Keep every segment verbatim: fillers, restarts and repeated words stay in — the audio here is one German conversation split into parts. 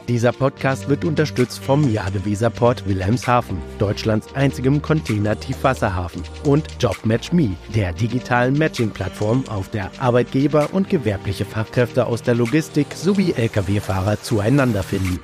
Dieser Podcast wird unterstützt vom Jadeweserport Wilhelmshaven, Deutschlands einzigem Container-Tiefwasserhafen, und JobMatchMe, der digitalen Matching-Plattform, auf der Arbeitgeber und gewerbliche Fachkräfte aus der Logistik sowie L K W-Fahrer zueinander finden.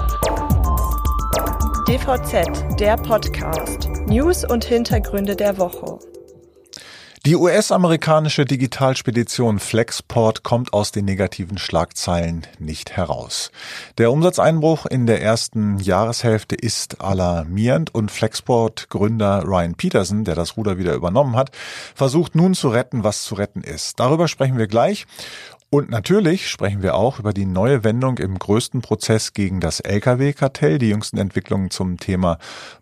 D V Z, der Podcast. News und Hintergründe der Woche. Die U S-amerikanische Digitalspedition Flexport kommt aus den negativen Schlagzeilen nicht heraus. Der Umsatzeinbruch in der ersten Jahreshälfte ist alarmierend und Flexport-Gründer Ryan Peterson, der das Ruder wieder übernommen hat, versucht nun zu retten, was zu retten ist. Darüber sprechen wir gleich. Und natürlich sprechen wir auch über die neue Wendung im größten Prozess gegen das L K W-Kartell, die jüngsten Entwicklungen zum Thema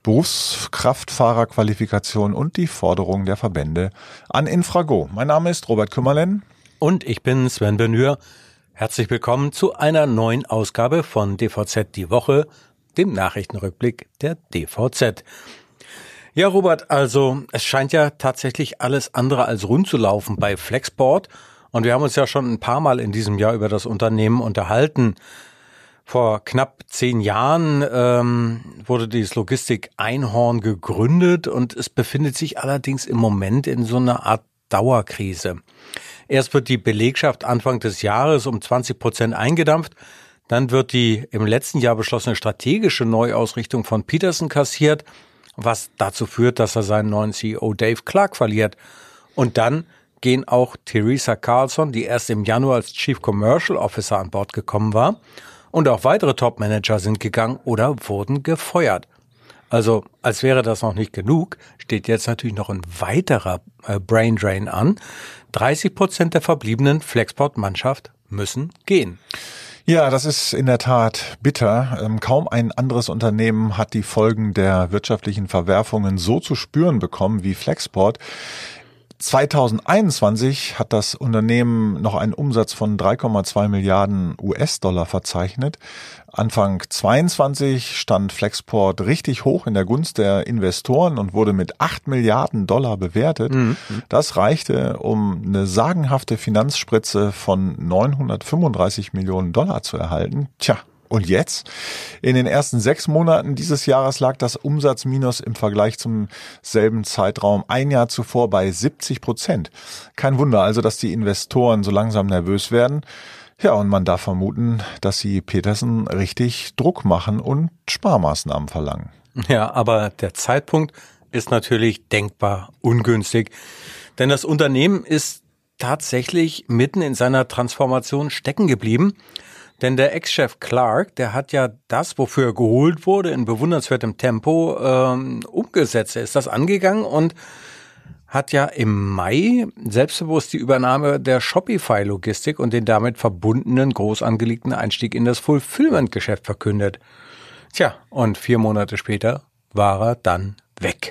Berufskraftfahrerqualifikation und die Forderungen der Verbände an Infrago. Mein Name ist Robert Kümmerlen. Und ich bin Sven Benür. Herzlich willkommen zu einer neuen Ausgabe von D V Z die Woche, dem Nachrichtenrückblick der D V Z. Ja, Robert, also es scheint ja tatsächlich alles andere als rund zu laufen bei Flexport. Und wir haben uns ja schon ein paar Mal in diesem Jahr über das Unternehmen unterhalten. Vor knapp zehn Jahren ähm, wurde dieses Logistik-Einhorn gegründet und es befindet sich allerdings im Moment in so einer Art Dauerkrise. Erst wird die Belegschaft Anfang des Jahres um zwanzig Prozent eingedampft, dann wird die im letzten Jahr beschlossene strategische Neuausrichtung von Peterson kassiert, was dazu führt, dass er seinen neuen C E O Dave Clark verliert. Und dann gehen auch Teresa Carlson, die erst im Januar als Chief Commercial Officer an Bord gekommen war, und auch weitere Top-Manager sind gegangen oder wurden gefeuert. Also, als wäre das noch nicht genug, steht jetzt natürlich noch ein weiterer äh, Braindrain an. dreißig Prozent der verbliebenen Flexport-Mannschaft müssen gehen. Ja, das ist in der Tat bitter. Ähm, kaum ein anderes Unternehmen hat die Folgen der wirtschaftlichen Verwerfungen so zu spüren bekommen wie Flexport. zwanzig einundzwanzig hat das Unternehmen noch einen Umsatz von drei Komma zwei Milliarden U S-Dollar verzeichnet. Anfang zweiundzwanzig stand Flexport richtig hoch in der Gunst der Investoren und wurde mit acht Milliarden Dollar bewertet. Mhm. Das reichte, um eine sagenhafte Finanzspritze von neunhundertfünfunddreißig Millionen Dollar zu erhalten. Tja. Und jetzt? In den ersten sechs Monaten dieses Jahres lag das Umsatzminus im Vergleich zum selben Zeitraum ein Jahr zuvor bei siebzig Prozent. Kein Wunder also, dass die Investoren so langsam nervös werden. Ja, und man darf vermuten, dass sie Peterson richtig Druck machen und Sparmaßnahmen verlangen. Ja, aber der Zeitpunkt ist natürlich denkbar ungünstig. Denn das Unternehmen ist tatsächlich mitten in seiner Transformation stecken geblieben. Denn der Ex-Chef Clark, der hat ja das, wofür er geholt wurde, in bewundernswertem Tempo ähm, umgesetzt. Er ist das angegangen und hat ja im Mai selbstbewusst die Übernahme der Shopify-Logistik und den damit verbundenen groß angelegten Einstieg in das Fulfillment-Geschäft verkündet. Tja, und vier Monate später war er dann weg.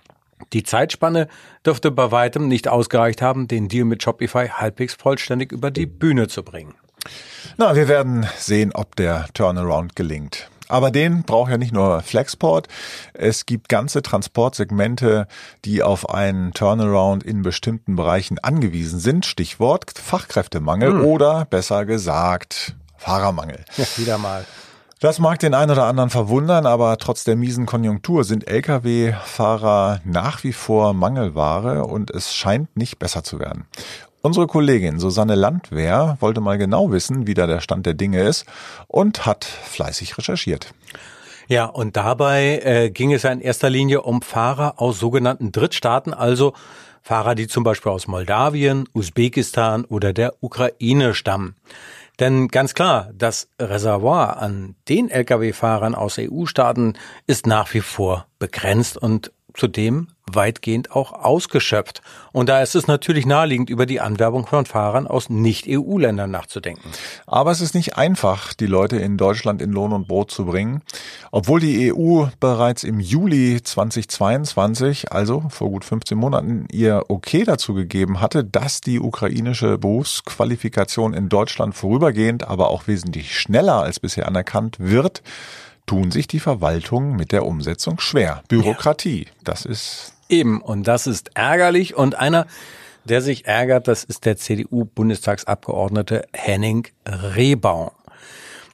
Die Zeitspanne dürfte bei weitem nicht ausgereicht haben, den Deal mit Shopify halbwegs vollständig über die Bühne zu bringen. Na, wir werden sehen, ob der Turnaround gelingt. Aber den braucht ja nicht nur Flexport. Es gibt ganze Transportsegmente, die auf einen Turnaround in bestimmten Bereichen angewiesen sind. Stichwort Fachkräftemangel hm. oder besser gesagt Fahrermangel. Ja, wieder mal. Das mag den einen oder anderen verwundern, aber trotz der miesen Konjunktur sind L K W-Fahrer nach wie vor Mangelware und es scheint nicht besser zu werden. Unsere Kollegin Susanne Landwehr wollte mal genau wissen, wie da der Stand der Dinge ist und hat fleißig recherchiert. Ja, und dabei äh, ging es ja in erster Linie um Fahrer aus sogenannten Drittstaaten, also Fahrer, die zum Beispiel aus Moldawien, Usbekistan oder der Ukraine stammen. Denn ganz klar, das Reservoir an den L K W-Fahrern aus E U-Staaten ist nach wie vor begrenzt und zudem weitgehend auch ausgeschöpft. Und da ist es natürlich naheliegend, über die Anwerbung von Fahrern aus Nicht-E U-Ländern nachzudenken. Aber es ist nicht einfach, die Leute in Deutschland in Lohn und Brot zu bringen. Obwohl die E U bereits im Juli zweitausendzweiundzwanzig, also vor gut fünfzehn Monaten, ihr Okay dazu gegeben hatte, dass die ukrainische Berufsqualifikation in Deutschland vorübergehend, aber auch wesentlich schneller als bisher anerkannt wird, tun sich die Verwaltungen mit der Umsetzung schwer. Bürokratie, ja. Das ist... Eben, und das ist ärgerlich. Und einer, der sich ärgert, das ist der C D U-Bundestagsabgeordnete Henning Rehbaum.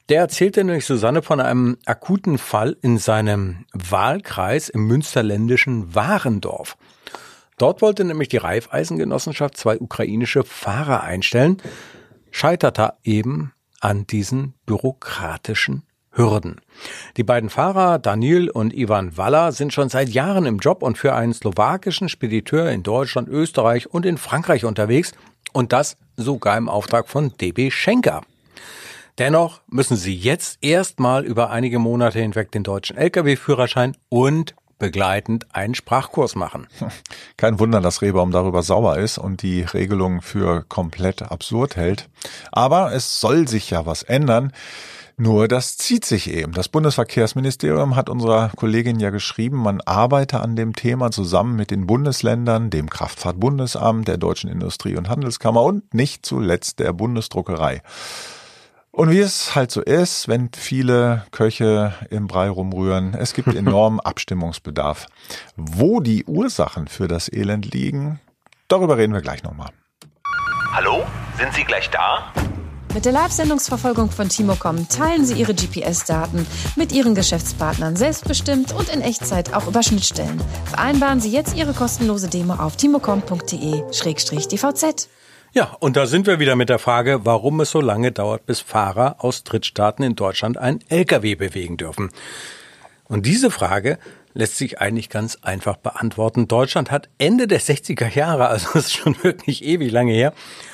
Der erzählte nämlich Susanne von einem akuten Fall in seinem Wahlkreis im münsterländischen Warendorf. Dort wollte nämlich die Raiffeisengenossenschaft zwei ukrainische Fahrer einstellen, scheiterte eben an diesen bürokratischen Hürden. Die beiden Fahrer, Daniil und Ivan Walla, sind schon seit Jahren im Job und für einen slowakischen Spediteur in Deutschland, Österreich und in Frankreich unterwegs und das sogar im Auftrag von D B Schenker. Dennoch müssen sie jetzt erstmal über einige Monate hinweg den deutschen L K W-Führerschein und begleitend einen Sprachkurs machen. Kein Wunder, dass Rehbaum darüber sauer ist und die Regelung für komplett absurd hält. Aber es soll sich ja was ändern. Nur das zieht sich eben. Das Bundesverkehrsministerium hat unserer Kollegin ja geschrieben, man arbeite an dem Thema zusammen mit den Bundesländern, dem Kraftfahrtbundesamt, der Deutschen Industrie- und Handelskammer und nicht zuletzt der Bundesdruckerei. Und wie es halt so ist, wenn viele Köche im Brei rumrühren, es gibt enormen Abstimmungsbedarf. Wo die Ursachen für das Elend liegen, darüber reden wir gleich nochmal. Hallo, sind Sie gleich da? Mit der Live-Sendungsverfolgung von Timocom teilen Sie Ihre G P S-Daten mit Ihren Geschäftspartnern selbstbestimmt und in Echtzeit auch über Schnittstellen. Vereinbaren Sie jetzt Ihre kostenlose Demo auf timocom punkt de slash d v z. Ja, und da sind wir wieder mit der Frage, warum es so lange dauert, bis Fahrer aus Drittstaaten in Deutschland einen L K W bewegen dürfen. Und diese Frage lässt sich eigentlich ganz einfach beantworten. Deutschland hat Ende der sechziger Jahre, also das ist schon wirklich ewig lange her,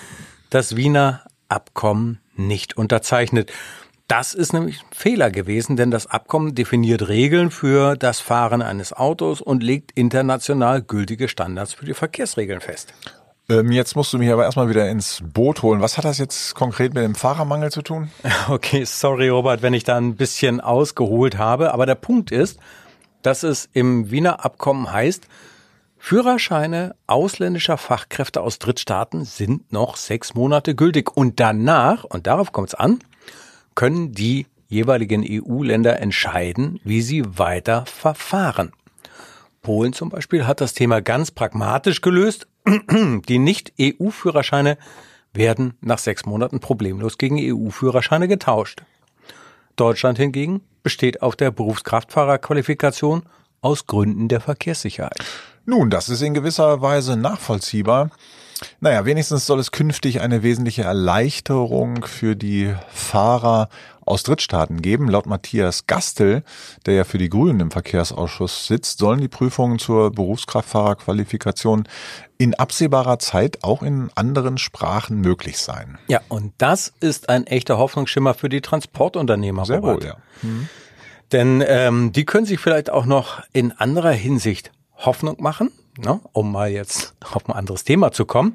das Wiener Abkommen nicht unterzeichnet. Das ist nämlich ein Fehler gewesen, denn das Abkommen definiert Regeln für das Fahren eines Autos und legt international gültige Standards für die Verkehrsregeln fest. Ähm, jetzt musst du mich aber erstmal wieder ins Boot holen. Was hat das jetzt konkret mit dem Fahrermangel zu tun? Okay, sorry Robert, wenn ich da ein bisschen ausgeholt habe, aber der Punkt ist, dass es im Wiener Abkommen heißt, Führerscheine ausländischer Fachkräfte aus Drittstaaten sind noch sechs Monate gültig und danach, und darauf kommt es an, können die jeweiligen E U-Länder entscheiden, wie sie weiter verfahren. Polen zum Beispiel hat das Thema ganz pragmatisch gelöst. Die Nicht-E U-Führerscheine werden nach sechs Monaten problemlos gegen E U-Führerscheine getauscht. Deutschland hingegen besteht auf der Berufskraftfahrerqualifikation aus Gründen der Verkehrssicherheit. Nun, das ist in gewisser Weise nachvollziehbar. Naja, wenigstens soll es künftig eine wesentliche Erleichterung für die Fahrer aus Drittstaaten geben. Laut Matthias Gastel, der ja für die Grünen im Verkehrsausschuss sitzt, sollen die Prüfungen zur Berufskraftfahrerqualifikation in absehbarer Zeit auch in anderen Sprachen möglich sein. Ja, und das ist ein echter Hoffnungsschimmer für die Transportunternehmer. Sehr Robert. wohl, ja. Mhm. Denn ähm, die können sich vielleicht auch noch in anderer Hinsicht Hoffnung machen, ne, um mal jetzt auf ein anderes Thema zu kommen.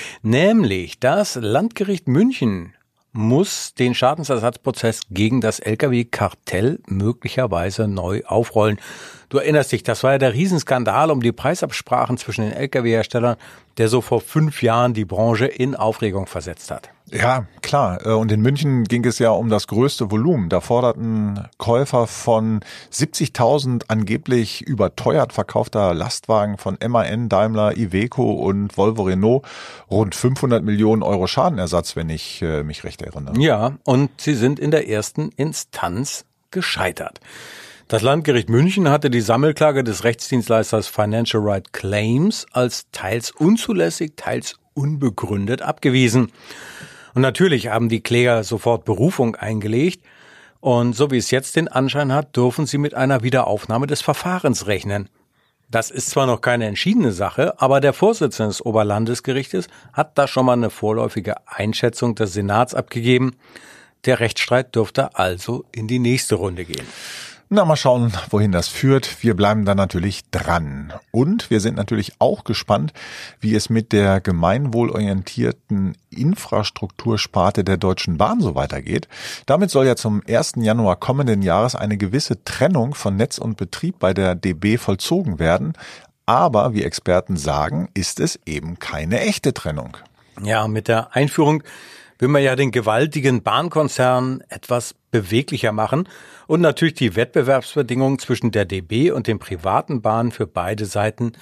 Nämlich das Landgericht München muss den Schadensersatzprozess gegen das L K W-Kartell möglicherweise neu aufrollen. Du erinnerst dich, das war ja der Riesenskandal um die Preisabsprachen zwischen den L K W-Herstellern, der so vor fünf Jahren die Branche in Aufregung versetzt hat. Ja, klar. Und in München ging es ja um das größte Volumen. Da forderten Käufer von siebzigtausend angeblich überteuert verkaufter Lastwagen von M A N, Daimler, Iveco und Volvo Renault rund fünfhundert Millionen Euro Schadenersatz, wenn ich äh, mich recht erinnere. Ja, und sie sind in der ersten Instanz gescheitert. Das Landgericht München hatte die Sammelklage des Rechtsdienstleisters Financial Right Claims als teils unzulässig, teils unbegründet abgewiesen. Und natürlich haben die Kläger sofort Berufung eingelegt. Und so wie es jetzt den Anschein hat, dürfen sie mit einer Wiederaufnahme des Verfahrens rechnen. Das ist zwar noch keine entschiedene Sache, aber der Vorsitzende des Oberlandesgerichtes hat da schon mal eine vorläufige Einschätzung des Senats abgegeben. Der Rechtsstreit dürfte also in die nächste Runde gehen. Na, mal schauen, wohin das führt. Wir bleiben da natürlich dran. Und wir sind natürlich auch gespannt, wie es mit der gemeinwohlorientierten Infrastruktursparte der Deutschen Bahn so weitergeht. Damit soll ja zum ersten Januar kommenden Jahres eine gewisse Trennung von Netz und Betrieb bei der D B vollzogen werden. Aber, wie Experten sagen, ist es eben keine echte Trennung. Ja, mit der Einführung will man ja den gewaltigen Bahnkonzern etwas beweglicher machen und natürlich die Wettbewerbsbedingungen zwischen der D B und den privaten Bahnen für beide Seiten,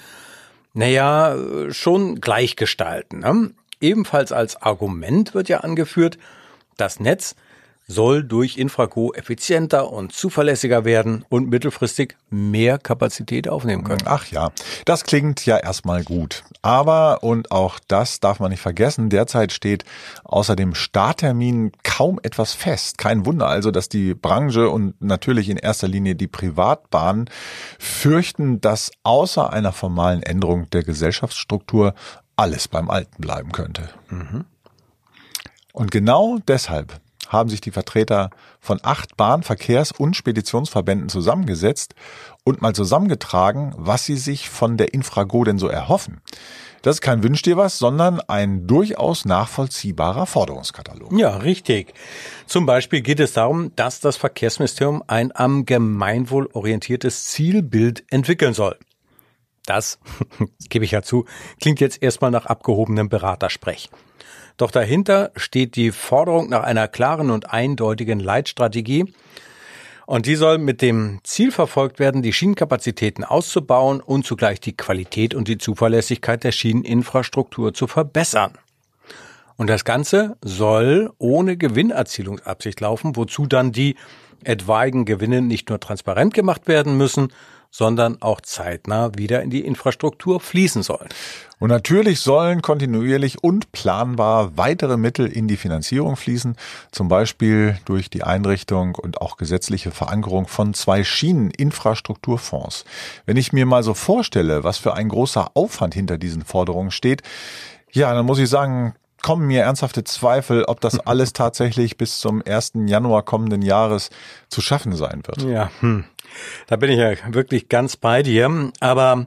naja, schon gleich gestalten. Ne? Ebenfalls als Argument wird ja angeführt, das Netz soll durch Infraco effizienter und zuverlässiger werden und mittelfristig mehr Kapazität aufnehmen können. Ach ja, das klingt ja erstmal gut. Aber, und auch das darf man nicht vergessen, derzeit steht außer dem Starttermin kaum etwas fest. Kein Wunder also, dass die Branche und natürlich in erster Linie die Privatbahnen fürchten, dass außer einer formalen Änderung der Gesellschaftsstruktur alles beim Alten bleiben könnte. Mhm. Und genau deshalb haben sich die Vertreter von acht Bahn-, Verkehrs- und Speditionsverbänden zusammengesetzt und mal zusammengetragen, was sie sich von der Infrago denn so erhoffen. Das ist kein Wünsch dir was, sondern ein durchaus nachvollziehbarer Forderungskatalog. Ja, richtig. Zum Beispiel geht es darum, dass das Verkehrsministerium ein am Gemeinwohl orientiertes Zielbild entwickeln soll. Das, gebe ich ja zu, klingt jetzt erstmal nach abgehobenem Beratersprech. Doch dahinter steht die Forderung nach einer klaren und eindeutigen Leitstrategie. Und die soll mit dem Ziel verfolgt werden, die Schienenkapazitäten auszubauen und zugleich die Qualität und die Zuverlässigkeit der Schieneninfrastruktur zu verbessern. Und das Ganze soll ohne Gewinnerzielungsabsicht laufen, wozu dann die etwaigen Gewinne nicht nur transparent gemacht werden müssen, sondern auch zeitnah wieder in die Infrastruktur fließen sollen. Und natürlich sollen kontinuierlich und planbar weitere Mittel in die Finanzierung fließen, zum Beispiel durch die Einrichtung und auch gesetzliche Verankerung von zwei Schieneninfrastrukturfonds. Wenn ich mir mal so vorstelle, was für ein großer Aufwand hinter diesen Forderungen steht, ja, dann muss ich sagen, kommen mir ernsthafte Zweifel, ob das alles tatsächlich bis zum ersten Januar kommenden Jahres zu schaffen sein wird. Ja, hm. Da bin ich ja wirklich ganz bei dir, aber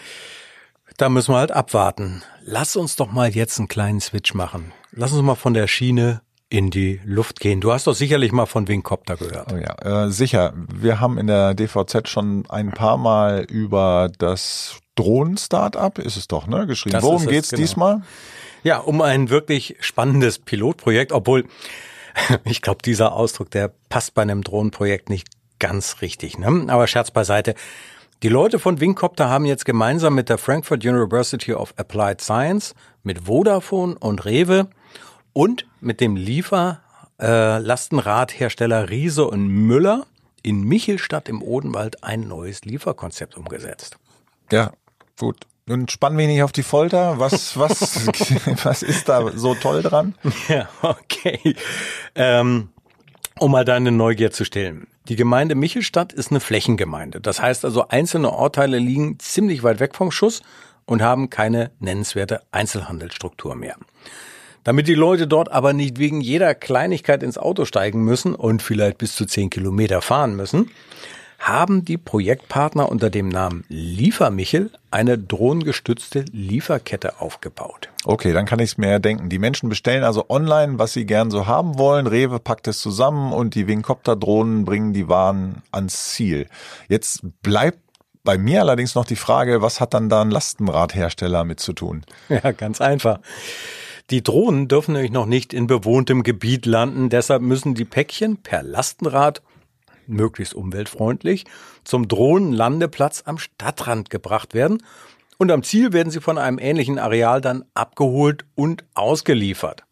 da müssen wir halt abwarten. Lass uns doch mal jetzt einen kleinen Switch machen. Lass uns mal von der Schiene in die Luft gehen. Du hast doch sicherlich mal von Wingcopter gehört. Oh ja, äh, sicher. Wir haben in der D V Z schon ein paar Mal über das Drohnen-Startup, ist es doch, ne, geschrieben. Das Worum es, geht's genau. diesmal? Ja, um ein wirklich spannendes Pilotprojekt, obwohl ich glaube, dieser Ausdruck, der passt bei einem Drohnenprojekt nicht ganz richtig, ne? Aber Scherz beiseite. Die Leute von Wingcopter haben jetzt gemeinsam mit der Frankfurt University of Applied Science, mit Vodafone und Rewe und mit dem Lieferlastenradhersteller äh, Riese und Müller in Michelstadt im Odenwald ein neues Lieferkonzept umgesetzt. Ja, gut. Nun spannen wir nicht auf die Folter. Was, was, was ist da so toll dran? Ja, okay. Ähm, um mal deine Neugier zu stillen. Die Gemeinde Michelstadt ist eine Flächengemeinde. Das heißt also, einzelne Ortteile liegen ziemlich weit weg vom Schuss und haben keine nennenswerte Einzelhandelsstruktur mehr. Damit die Leute dort aber nicht wegen jeder Kleinigkeit ins Auto steigen müssen und vielleicht bis zu zehn Kilometer fahren müssen, haben die Projektpartner unter dem Namen LieferMichel eine drohnengestützte Lieferkette aufgebaut. Okay, dann kann ich es mir ja denken. Die Menschen bestellen also online, was sie gern so haben wollen. Rewe packt es zusammen und die Wingcopter-Drohnen bringen die Waren ans Ziel. Jetzt bleibt bei mir allerdings noch die Frage, was hat dann da ein Lastenradhersteller mit zu tun? Ja, ganz einfach. Die Drohnen dürfen nämlich noch nicht in bewohntem Gebiet landen. Deshalb müssen die Päckchen per Lastenrad möglichst umweltfreundlich, zum Drohnenlandeplatz am Stadtrand gebracht werden und am Ziel werden sie von einem ähnlichen Areal dann abgeholt und ausgeliefert.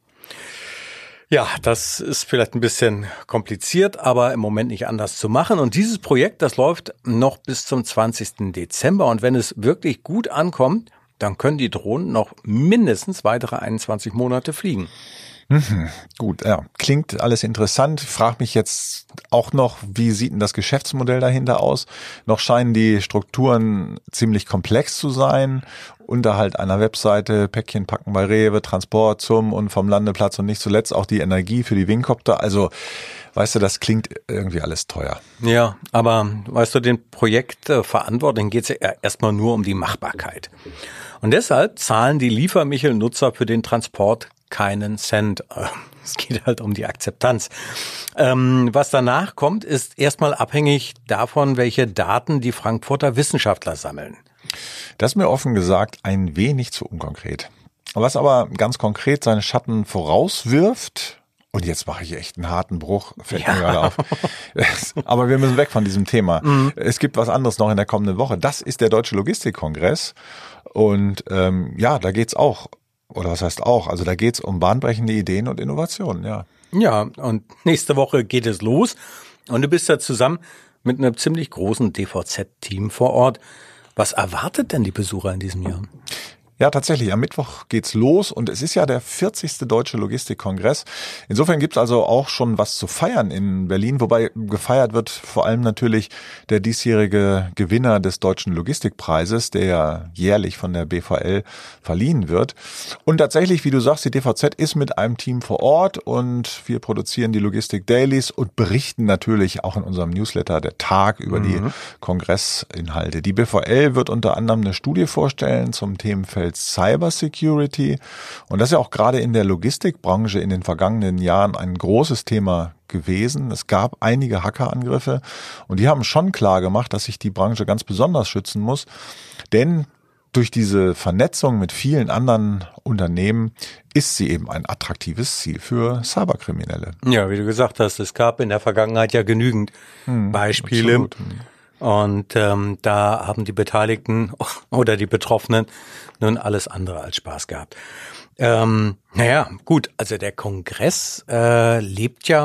Ja, das ist vielleicht ein bisschen kompliziert, aber im Moment nicht anders zu machen. Und dieses Projekt, das läuft noch bis zum zwanzigsten Dezember und wenn es wirklich gut ankommt, dann können die Drohnen noch mindestens weitere einundzwanzig Monate fliegen. Mhm, gut, ja, klingt alles interessant. Ich frage mich jetzt auch noch, wie sieht denn das Geschäftsmodell dahinter aus? Noch scheinen die Strukturen ziemlich komplex zu sein. Unterhalt einer Webseite, Päckchen packen bei Rewe, Transport zum und vom Landeplatz und nicht zuletzt auch die Energie für die Wingcopter. Also, weißt du, das klingt irgendwie alles teuer. Ja, aber weißt du, den Projektverantwortlichen geht es ja erstmal nur um die Machbarkeit. Und deshalb zahlen die LieferMichel-Nutzer für den Transport keinen Cent. Es geht halt um die Akzeptanz. Ähm, was danach kommt, ist erstmal abhängig davon, welche Daten die Frankfurter Wissenschaftler sammeln. Das ist mir offen gesagt ein wenig zu unkonkret. Was aber ganz konkret seine Schatten vorauswirft, und jetzt mache ich echt einen harten Bruch, fällt ja. mir gerade auf. Aber wir müssen weg von diesem Thema. Mhm. Es gibt was anderes noch in der kommenden Woche. Das ist der Deutsche Logistikkongress. Und ähm, ja, da geht's auch. Oder was heißt auch? Also da geht's um bahnbrechende Ideen und Innovationen, ja. Ja, und nächste Woche geht es los und du bist da zusammen mit einem ziemlich großen D V Z-Team vor Ort. Was erwartet denn die Besucher in diesem Jahr? Ja, tatsächlich. Am Mittwoch geht's los und es ist ja der vierzigste Deutsche Logistikkongress. Insofern gibt's also auch schon was zu feiern in Berlin, wobei gefeiert wird vor allem natürlich der diesjährige Gewinner des Deutschen Logistikpreises, der ja jährlich von der B V L verliehen wird. Und tatsächlich, wie du sagst, die D V Z ist mit einem Team vor Ort und wir produzieren die Logistik Dailies und berichten natürlich auch in unserem Newsletter der Tag über mhm. die Kongressinhalte. Die B V L wird unter anderem eine Studie vorstellen zum Themenfeld Cyber Security. Und das ist ja auch gerade in der Logistikbranche in den vergangenen Jahren ein großes Thema gewesen. Es gab einige Hackerangriffe und die haben schon klar gemacht, dass sich die Branche ganz besonders schützen muss. Denn durch diese Vernetzung mit vielen anderen Unternehmen ist sie eben ein attraktives Ziel für Cyberkriminelle. Ja, wie du gesagt hast, es gab in der Vergangenheit ja genügend hm, Beispiele. Absolut. Und ähm, da haben die Beteiligten oder die Betroffenen nun alles andere als Spaß gehabt. Ähm, naja, gut, also der Kongress äh, lebt ja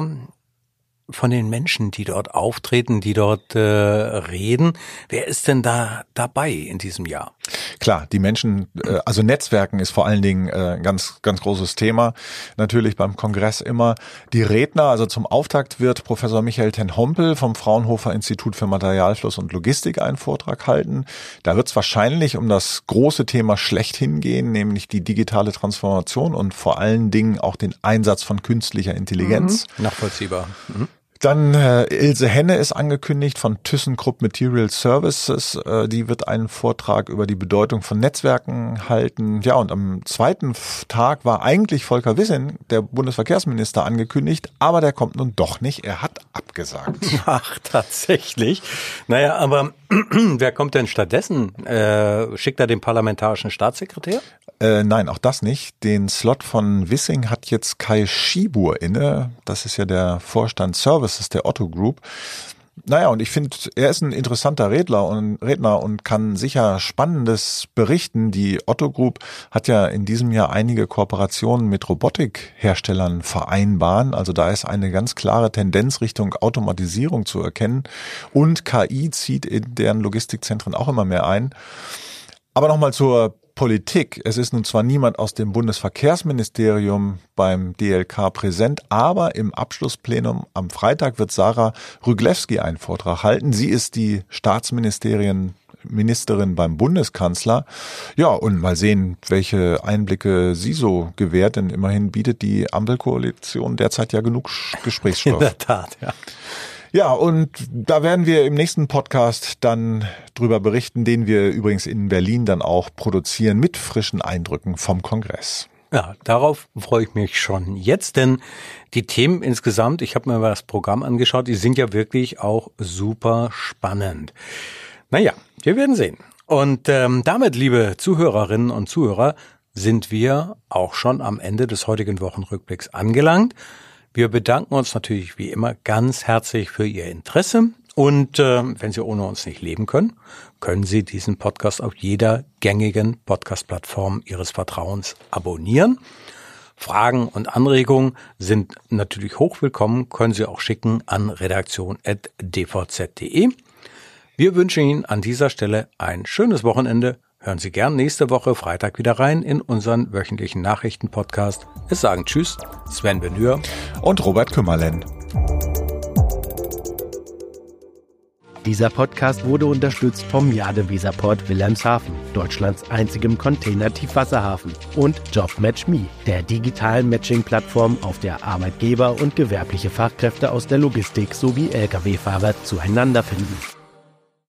von den Menschen, die dort auftreten, die dort äh, reden. Wer ist denn da dabei in diesem Jahr? Klar, die Menschen, äh, also Netzwerken ist vor allen Dingen äh, ein ganz, ganz großes Thema. Natürlich beim Kongress immer die Redner. Also zum Auftakt wird Professor Michael ten Hompel vom Fraunhofer Institut für Materialfluss und Logistik einen Vortrag halten. Da wird es wahrscheinlich um das große Thema schlechthin gehen, nämlich die digitale Transformation und vor allen Dingen auch den Einsatz von künstlicher Intelligenz. Mhm. Nachvollziehbar. Mhm. Dann äh, Ilse Henne ist angekündigt von ThyssenKrupp Material Services. Äh, die wird einen Vortrag über die Bedeutung von Netzwerken halten. Ja, und am zweiten Tag war eigentlich Volker Wissing, der Bundesverkehrsminister, angekündigt, aber der kommt nun doch nicht. Er hat abgesagt. Ach, tatsächlich? Naja, aber wer kommt denn stattdessen? Äh, schickt er den parlamentarischen Staatssekretär? Äh, nein, auch das nicht. Den Slot von Wissing hat jetzt Kai Schibur inne. Das ist ja der Vorstand Services der Otto Group. Naja, und ich finde, er ist ein interessanter Redner und Redner und kann sicher Spannendes berichten. Die Otto Group hat ja in diesem Jahr einige Kooperationen mit Robotikherstellern vereinbaren. Also da ist eine ganz klare Tendenz Richtung Automatisierung zu erkennen. Und K I zieht in deren Logistikzentren auch immer mehr ein. Aber nochmal zur Politik. Es ist nun zwar niemand aus dem Bundesverkehrsministerium beim D L K präsent, aber im Abschlussplenum am Freitag wird Sarah Rüglewski einen Vortrag halten. Sie ist die Staatsministerin Ministerin beim Bundeskanzler. Ja, und mal sehen, welche Einblicke sie so gewährt, denn immerhin bietet die Ampelkoalition derzeit ja genug Gesprächsstoff. In der Tat, ja. Ja, und da werden wir im nächsten Podcast dann drüber berichten, den wir übrigens in Berlin dann auch produzieren mit frischen Eindrücken vom Kongress. Ja, darauf freue ich mich schon jetzt, denn die Themen insgesamt, ich habe mir mal das Programm angeschaut, die sind ja wirklich auch super spannend. Naja, wir werden sehen. Und ähm, damit, liebe Zuhörerinnen und Zuhörer, sind wir auch schon am Ende des heutigen Wochenrückblicks angelangt. Wir bedanken uns natürlich wie immer ganz herzlich für Ihr Interesse und äh, wenn Sie ohne uns nicht leben können, können Sie diesen Podcast auf jeder gängigen Podcast-Plattform Ihres Vertrauens abonnieren. Fragen und Anregungen sind natürlich hochwillkommen, können Sie auch schicken an redaktion at d v z punkt d e. Wir wünschen Ihnen an dieser Stelle ein schönes Wochenende. Hören Sie gern nächste Woche Freitag wieder rein in unseren wöchentlichen Nachrichten-Podcast. Es sagen Tschüss, Sven Benür und Robert Kümmerlen. Dieser Podcast wurde unterstützt vom Jadeweserport Wilhelmshaven, Deutschlands einzigem Container-Tiefwasserhafen, und JobMatchMe, der digitalen Matching-Plattform, auf der Arbeitgeber und gewerbliche Fachkräfte aus der Logistik sowie Lkw-Fahrer zueinander finden.